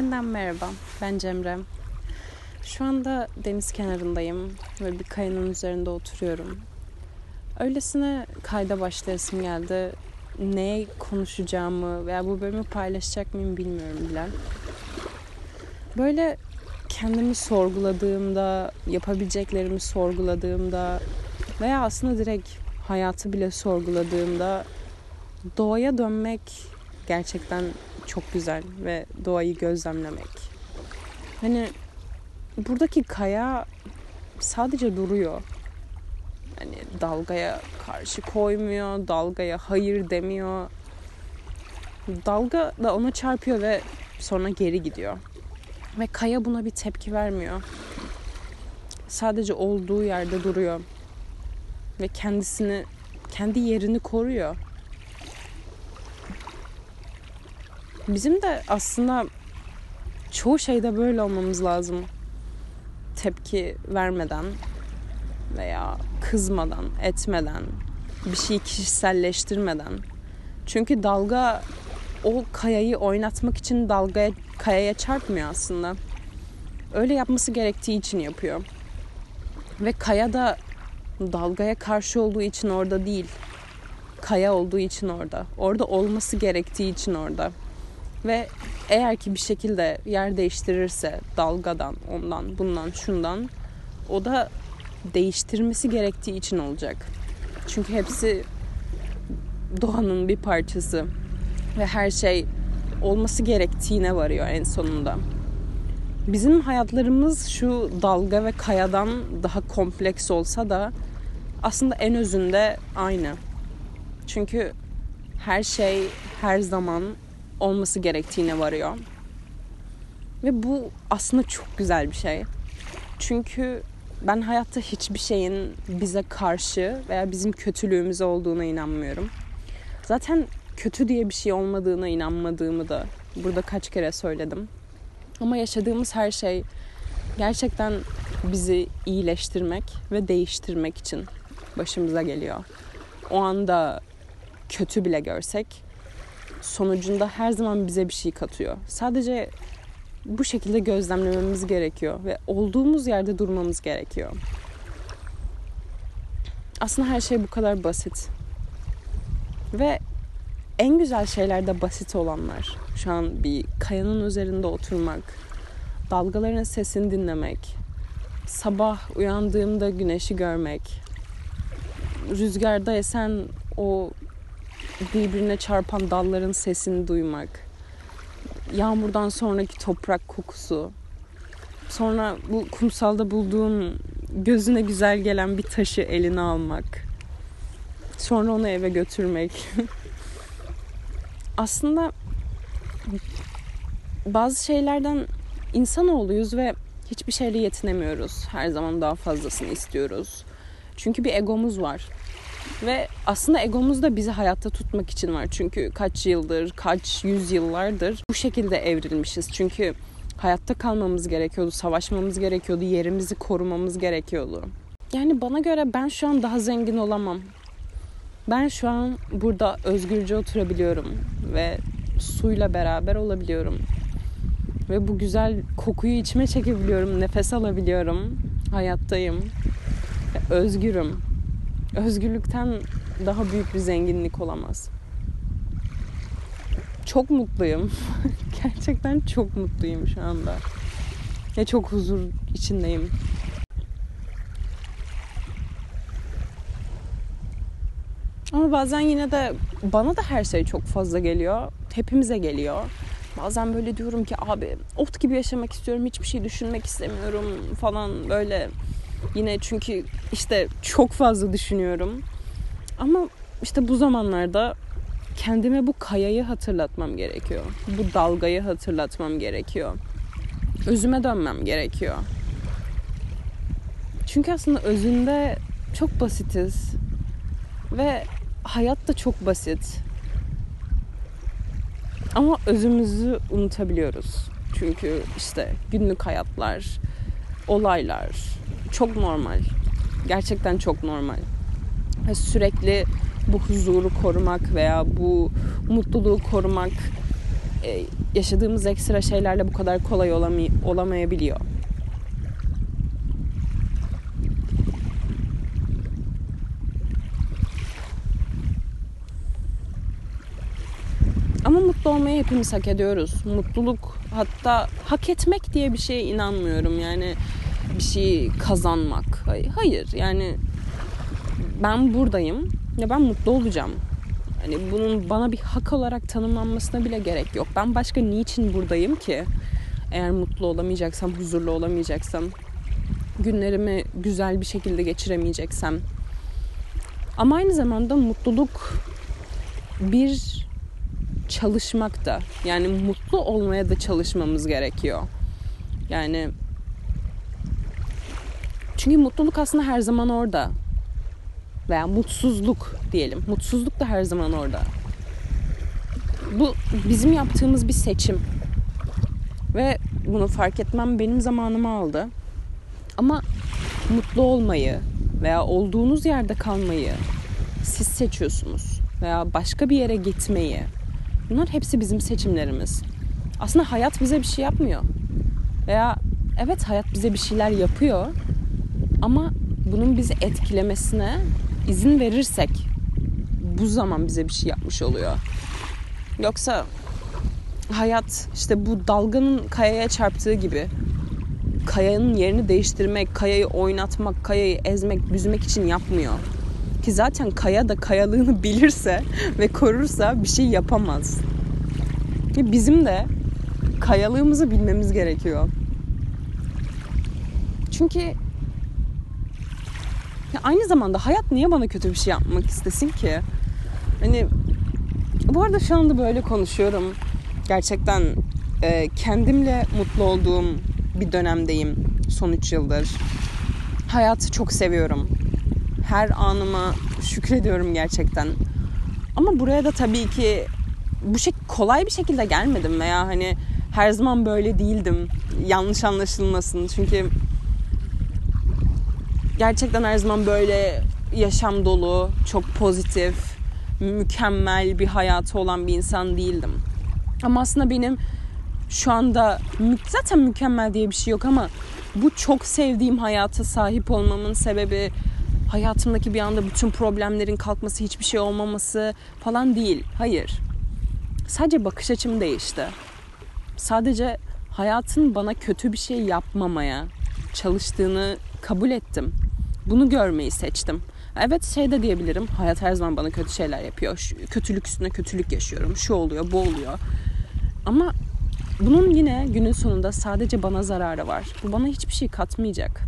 Yeniden merhaba, ben Cemre. Şu anda deniz kenarındayım ve bir kayanın üzerinde oturuyorum. Öylesine kayda başlayasım geldi. Ne konuşacağımı veya bu bölümü paylaşacak mıyım bilmiyorum bile. Böyle kendimi sorguladığımda, yapabileceklerimi sorguladığımda veya aslında direkt hayatı bile sorguladığımda doğaya dönmek gerçekten çok güzel ve doğayı gözlemlemek. Hani buradaki kaya sadece duruyor. Hani dalgaya karşı koymuyor, dalgaya hayır demiyor. Dalga da ona çarpıyor ve sonra geri gidiyor. Ve kaya buna bir tepki vermiyor. Sadece olduğu yerde duruyor. Ve kendi yerini koruyor. Bizim de aslında çoğu şeyde böyle olmamız lazım. Tepki vermeden veya kızmadan, etmeden, bir şeyi kişiselleştirmeden. Çünkü dalga o kayayı oynatmak için kayaya çarpmıyor aslında. Öyle yapması gerektiği için yapıyor. Ve kaya da dalgaya karşı olduğu için orada değil. Kaya olduğu için orada. Orada olması gerektiği için orada. Ve eğer ki bir şekilde yer değiştirirse dalgadan, ondan, bundan, şundan, o da değiştirmesi gerektiği için olacak. Çünkü hepsi doğanın bir parçası ve her şey olması gerektiğine varıyor en sonunda. Bizim hayatlarımız şu dalga ve kayadan daha kompleks olsa da aslında en özünde aynı. Çünkü her şey her zaman olması gerektiğine varıyor. Ve bu aslında çok güzel bir şey. Çünkü ben hayatta hiçbir şeyin bize karşı veya bizim kötülüğümüze olduğuna inanmıyorum. Zaten kötü diye bir şey olmadığına inanmadığımı da burada kaç kere söyledim. Ama yaşadığımız her şey gerçekten bizi iyileştirmek ve değiştirmek için başımıza geliyor. O anda kötü bile görsek sonucunda her zaman bize bir şey katıyor. Sadece bu şekilde gözlemlememiz gerekiyor ve olduğumuz yerde durmamız gerekiyor. Aslında her şey bu kadar basit. Ve en güzel şeyler de basit olanlar. Şu an bir kayanın üzerinde oturmak, dalgaların sesini dinlemek, sabah uyandığımda güneşi görmek, rüzgarda esen o birbirine çarpan dalların sesini duymak, yağmurdan sonraki toprak kokusu, sonra bu kumsalda bulduğun gözüne güzel gelen bir taşı eline almak, sonra onu eve götürmek. Aslında bazı şeylerden insanoğluyuz ve hiçbir şeyle yetinemiyoruz. Her zaman daha fazlasını istiyoruz. Çünkü bir egomuz var. Ve aslında egomuz da bizi hayatta tutmak için var. Çünkü kaç yıldır, kaç yüzyıllardır bu şekilde evrilmişiz. Çünkü hayatta kalmamız gerekiyordu, savaşmamız gerekiyordu, yerimizi korumamız gerekiyordu. Yani bana göre ben şu an daha zengin olamam. Ben şu an burada özgürce oturabiliyorum ve suyla beraber olabiliyorum. Ve bu güzel kokuyu içime çekebiliyorum, nefes alabiliyorum, hayattayım ve özgürüm. Özgürlükten daha büyük bir zenginlik olamaz. Çok mutluyum. Gerçekten çok mutluyum şu anda. Ve çok huzur içindeyim. Ama bazen yine de bana da her şey çok fazla geliyor. Hepimize geliyor. Bazen böyle diyorum ki abi ot gibi yaşamak istiyorum. Hiçbir şey düşünmek istemiyorum falan böyle. Yine çünkü işte çok fazla düşünüyorum. Ama işte bu zamanlarda kendime bu kayayı hatırlatmam gerekiyor. Bu dalgayı hatırlatmam gerekiyor. Özüme dönmem gerekiyor. Çünkü aslında özünde çok basitiz. Ve hayat da çok basit. Ama özümüzü unutabiliyoruz. Çünkü işte günlük hayatlar, olaylar çok normal. Gerçekten çok normal. Ve sürekli bu huzuru korumak veya bu mutluluğu korumak yaşadığımız ekstra şeylerle bu kadar kolay olamayabiliyor. Ama mutlu olmayı hepimiz hak ediyoruz. Mutluluk, hatta hak etmek diye bir şeye inanmıyorum. Yani bir şey kazanmak. Hayır, yani ben buradayım ve ben mutlu olacağım. Hani bunun bana bir hak olarak tanımlanmasına bile gerek yok. Ben başka niçin buradayım ki? Eğer mutlu olamayacaksam, huzurlu olamayacaksam, günlerimi güzel bir şekilde geçiremeyeceksem. Ama aynı zamanda mutluluk bir çalışmak da. Yani mutlu olmaya da çalışmamız gerekiyor. Yani çünkü mutluluk aslında her zaman orada. Veya mutsuzluk diyelim. Mutsuzluk da her zaman orada. Bu bizim yaptığımız bir seçim. Ve bunu fark etmem benim zamanımı aldı. Ama mutlu olmayı veya olduğunuz yerde kalmayı siz seçiyorsunuz. Veya başka bir yere gitmeyi. Bunlar hepsi bizim seçimlerimiz. Aslında hayat bize bir şey yapmıyor. Veya evet, hayat bize bir şeyler yapıyor. Ama bunun bizi etkilemesine izin verirsek bu zaman bize bir şey yapmış oluyor. Yoksa hayat işte bu dalganın kayaya çarptığı gibi kayanın yerini değiştirmek, kayayı oynatmak, kayayı ezmek, büzmek için yapmıyor. Ki zaten kaya da kayalığını bilirse ve korursa bir şey yapamaz. Bizim de kayalığımızı bilmemiz gerekiyor. Çünkü aynı zamanda hayat niye bana kötü bir şey yapmak istesin ki? Hani bu arada şu anda böyle konuşuyorum. Gerçekten kendimle mutlu olduğum bir dönemdeyim son 3 yıldır. Hayatı çok seviyorum. Her anıma şükrediyorum gerçekten. Ama buraya da tabii ki bu kolay bir şekilde gelmedim veya hani her zaman böyle değildim. Yanlış anlaşılmasın. Çünkü gerçekten her zaman böyle yaşam dolu, çok pozitif, mükemmel bir hayatı olan bir insan değildim. Ama aslında benim şu anda zaten mükemmel diye bir şey yok ama bu çok sevdiğim hayata sahip olmamın sebebi hayatımdaki bir anda bütün problemlerin kalkması, hiçbir şey olmaması falan değil. Hayır. Sadece bakış açım değişti. Sadece hayatın bana kötü bir şey yapmamaya çalıştığını kabul ettim. Bunu görmeyi seçtim. Evet, de diyebilirim. Hayat her zaman bana kötü şeyler yapıyor. Kötülük üstüne kötülük yaşıyorum. Şu oluyor, bu oluyor. Ama bunun yine günün sonunda sadece bana zararı var. Bu bana hiçbir şey katmayacak.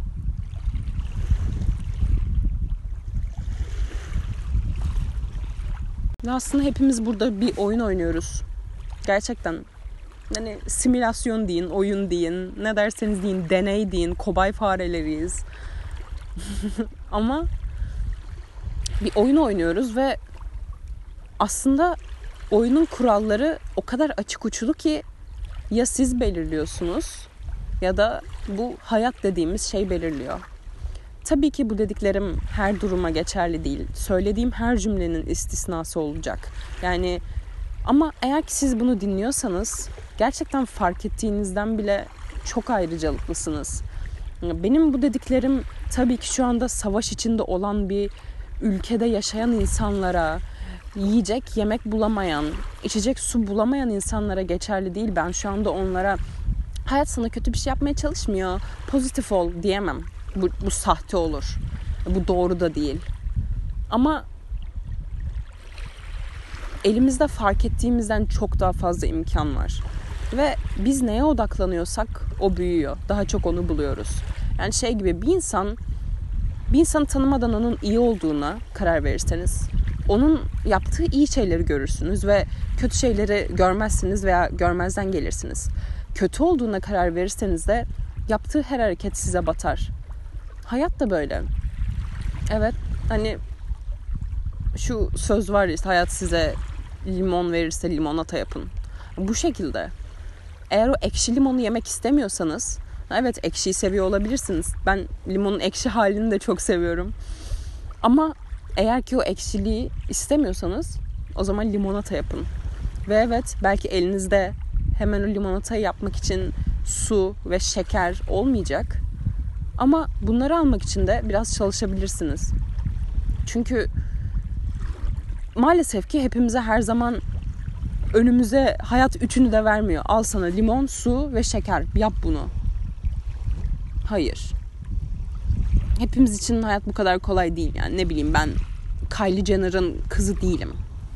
Ve aslında hepimiz burada bir oyun oynuyoruz. Gerçekten. Yani simülasyon deyin, oyun deyin, ne derseniz deyin, deney deyin, kobay fareleriyiz. Ama bir oyun oynuyoruz ve aslında oyunun kuralları o kadar açık uçlu ki ya siz belirliyorsunuz ya da bu hayat dediğimiz şey belirliyor. Tabii ki bu dediklerim her duruma geçerli değil. Söylediğim her cümlenin istisnası olacak. Yani ama eğer ki siz bunu dinliyorsanız gerçekten fark ettiğinizden bile çok ayrıcalıklısınız. Benim bu dediklerim tabii ki şu anda savaş içinde olan bir ülkede yaşayan insanlara, yiyecek yemek bulamayan, içecek su bulamayan insanlara geçerli değil. Ben şu anda onlara hayat sana kötü bir şey yapmaya çalışmıyor, pozitif ol diyemem. Bu sahte olur. Bu doğru da değil. Ama elimizde fark ettiğimizden çok daha fazla imkan var. Ve biz neye odaklanıyorsak o büyüyor. Daha çok onu buluyoruz. Yani gibi bir insanı tanımadan onun iyi olduğuna karar verirseniz onun yaptığı iyi şeyleri görürsünüz ve kötü şeyleri görmezsiniz veya görmezden gelirsiniz. Kötü olduğuna karar verirseniz de yaptığı her hareket size batar. Hayat da böyle. Evet, hani şu söz var ya, işte hayat size limon verirse limonata yapın. Bu şekilde. Eğer o ekşi limonu yemek istemiyorsanız, evet ekşiyi seviyor olabilirsiniz. Ben limonun ekşi halini de çok seviyorum. Ama eğer ki o ekşiliği istemiyorsanız o zaman limonata yapın. Ve evet, belki elinizde hemen o limonatayı yapmak için su ve şeker olmayacak. Ama bunları almak için de biraz çalışabilirsiniz. Çünkü maalesef ki hepimize her zaman önümüze hayat üçünü de vermiyor. Al sana limon, su ve şeker. Yap bunu. Hayır. Hepimiz için hayat bu kadar kolay değil. Yani ne bileyim, ben Kylie Jenner'ın kızı değilim.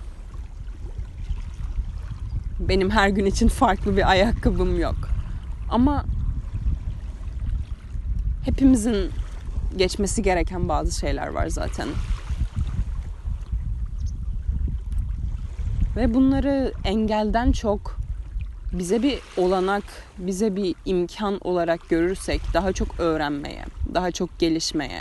Benim her gün için farklı bir ayakkabım yok. Ama hepimizin geçmesi gereken bazı şeyler var zaten. Ve bunları engelden çok bize bir olanak, bize bir imkan olarak görürsek daha çok öğrenmeye, daha çok gelişmeye.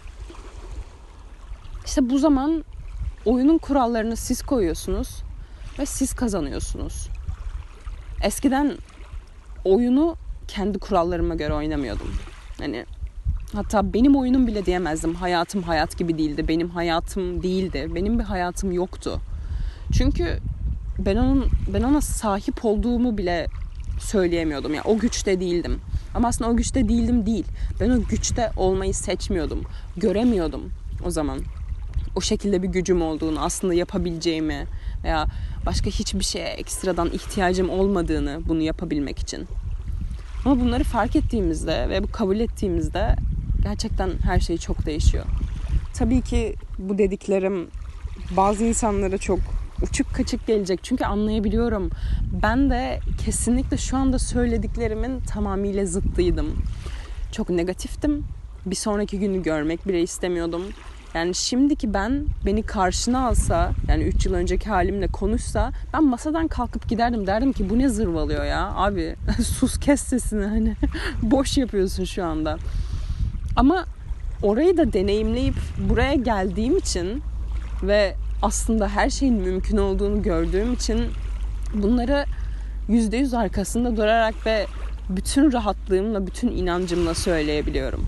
İşte bu zaman oyunun kurallarını siz koyuyorsunuz ve siz kazanıyorsunuz. Eskiden oyunu kendi kurallarıma göre oynamıyordum. Hani hatta benim oyunum bile diyemezdim. Hayatım hayat gibi değildi. Benim hayatım değildi. Benim bir hayatım yoktu. Çünkü ben ona sahip olduğumu bile söyleyemiyordum. Yani o güçte değildim. Ama aslında o güçte değildim değil. Ben o güçte olmayı seçmiyordum. Göremiyordum o zaman. O şekilde bir gücüm olduğunu, aslında yapabileceğimi veya başka hiçbir şeye ekstradan ihtiyacım olmadığını bunu yapabilmek için. Ama bunları fark ettiğimizde ve bu kabul ettiğimizde gerçekten her şey çok değişiyor. Tabii ki bu dediklerim bazı insanlara çok uçuk kaçık gelecek. Çünkü anlayabiliyorum. Ben de kesinlikle şu anda söylediklerimin tamamıyla zıttıydım. Çok negatiftim. Bir sonraki günü görmek bile istemiyordum. Yani şimdiki beni karşına alsa, yani 3 yıl önceki halimle konuşsa, ben masadan kalkıp giderdim, derdim ki bu ne zırvalıyor ya abi, sus, kes sesini, hani boş yapıyorsun şu anda. Ama orayı da deneyimleyip buraya geldiğim için ve aslında her şeyin mümkün olduğunu gördüğüm için bunları %100 arkasında durarak ve bütün rahatlığımla, bütün inancımla söyleyebiliyorum.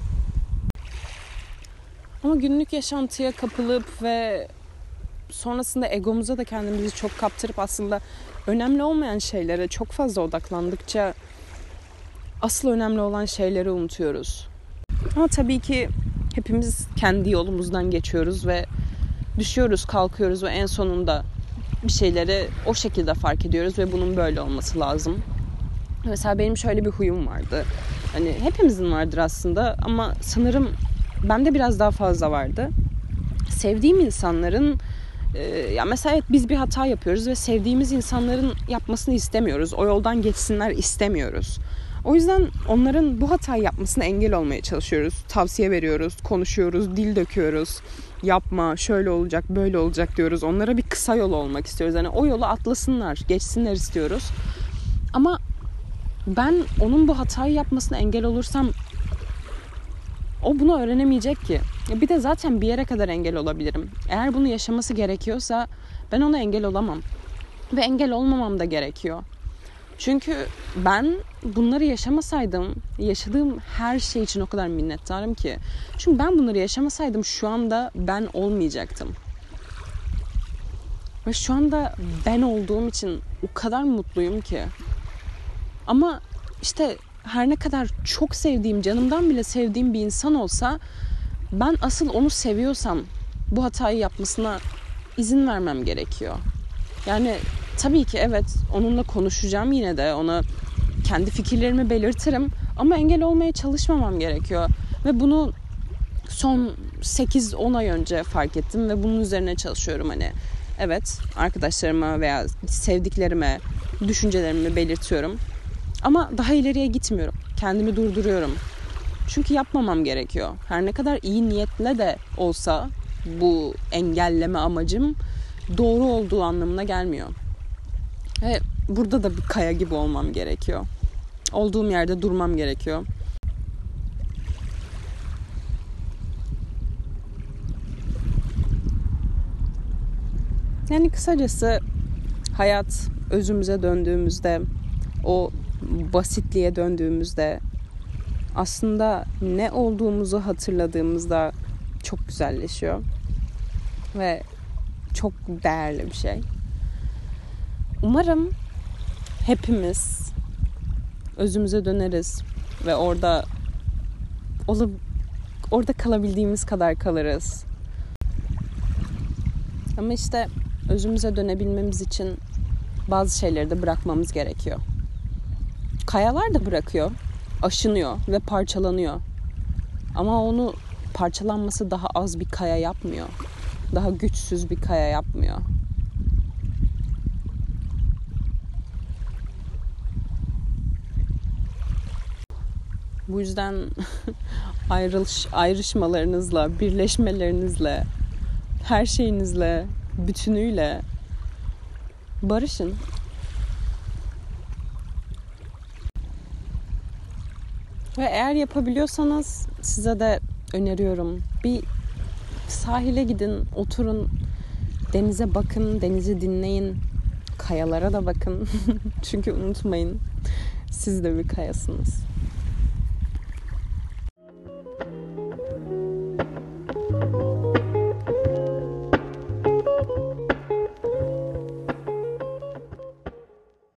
Ama günlük yaşantıya kapılıp ve sonrasında egomuza da kendimizi çok kaptırıp aslında önemli olmayan şeylere çok fazla odaklandıkça asıl önemli olan şeyleri unutuyoruz. Ama tabii ki hepimiz kendi yolumuzdan geçiyoruz ve düşüyoruz, kalkıyoruz ve en sonunda bir şeyleri o şekilde fark ediyoruz ve bunun böyle olması lazım. Mesela benim şöyle bir huyum vardı. Hani hepimizin vardır aslında ama sanırım bende biraz daha fazla vardı. Sevdiğim insanların ya mesela biz bir hata yapıyoruz ve sevdiğimiz insanların yapmasını istemiyoruz. O yoldan geçsinler istemiyoruz. O yüzden onların bu hatayı yapmasına engel olmaya çalışıyoruz. Tavsiye veriyoruz, konuşuyoruz, dil döküyoruz. Yapma, şöyle olacak, böyle olacak diyoruz. Onlara bir kısa yol olmak istiyoruz. Yani o yolu atlasınlar, geçsinler istiyoruz. Ama ben onun bu hatayı yapmasına engel olursam o bunu öğrenemeyecek ki. Bir de zaten bir yere kadar engel olabilirim. Eğer bunu yaşaması gerekiyorsa ben ona engel olamam. Ve engel olmamam da gerekiyor. Çünkü ben bunları yaşamasaydım, yaşadığım her şey için o kadar minnettarım ki. Çünkü ben bunları yaşamasaydım şu anda ben olmayacaktım. Ve şu anda ben olduğum için o kadar mutluyum ki. Ama işte her ne kadar çok sevdiğim, canımdan bile sevdiğim bir insan olsa, ben asıl onu seviyorsam bu hatayı yapmasına izin vermem gerekiyor. Yani tabii ki evet, onunla konuşacağım, yine de ona kendi fikirlerimi belirtirim ama engel olmaya çalışmamam gerekiyor. Ve bunu son 8-10 ay önce fark ettim ve bunun üzerine çalışıyorum. Hani evet, arkadaşlarıma veya sevdiklerime düşüncelerimi belirtiyorum. Ama daha ileriye gitmiyorum. Kendimi durduruyorum. Çünkü yapmamam gerekiyor. Her ne kadar iyi niyetle de olsa bu engelleme amacım doğru olduğu anlamına gelmiyor. Ve burada da bir kaya gibi olmam gerekiyor. Olduğum yerde durmam gerekiyor. Yani kısacası hayat özümüze döndüğümüzde, o basitliğe döndüğümüzde, aslında ne olduğumuzu hatırladığımızda çok güzelleşiyor. Ve çok değerli bir şey. Umarım hepimiz özümüze döneriz ve orada kalabildiğimiz kadar kalırız. Ama işte özümüze dönebilmemiz için bazı şeyleri de bırakmamız gerekiyor. Kayalar da bırakıyor, aşınıyor ve parçalanıyor. Ama onu parçalanması daha az bir kaya yapmıyor. Daha güçsüz bir kaya yapmıyor. Bu yüzden ayrışmalarınızla, birleşmelerinizle, her şeyinizle, bütünüyle barışın. Ve eğer yapabiliyorsanız size de öneriyorum. Bir sahile gidin, oturun, denize bakın, denizi dinleyin, kayalara da bakın. Çünkü unutmayın, siz de bir kayasınız.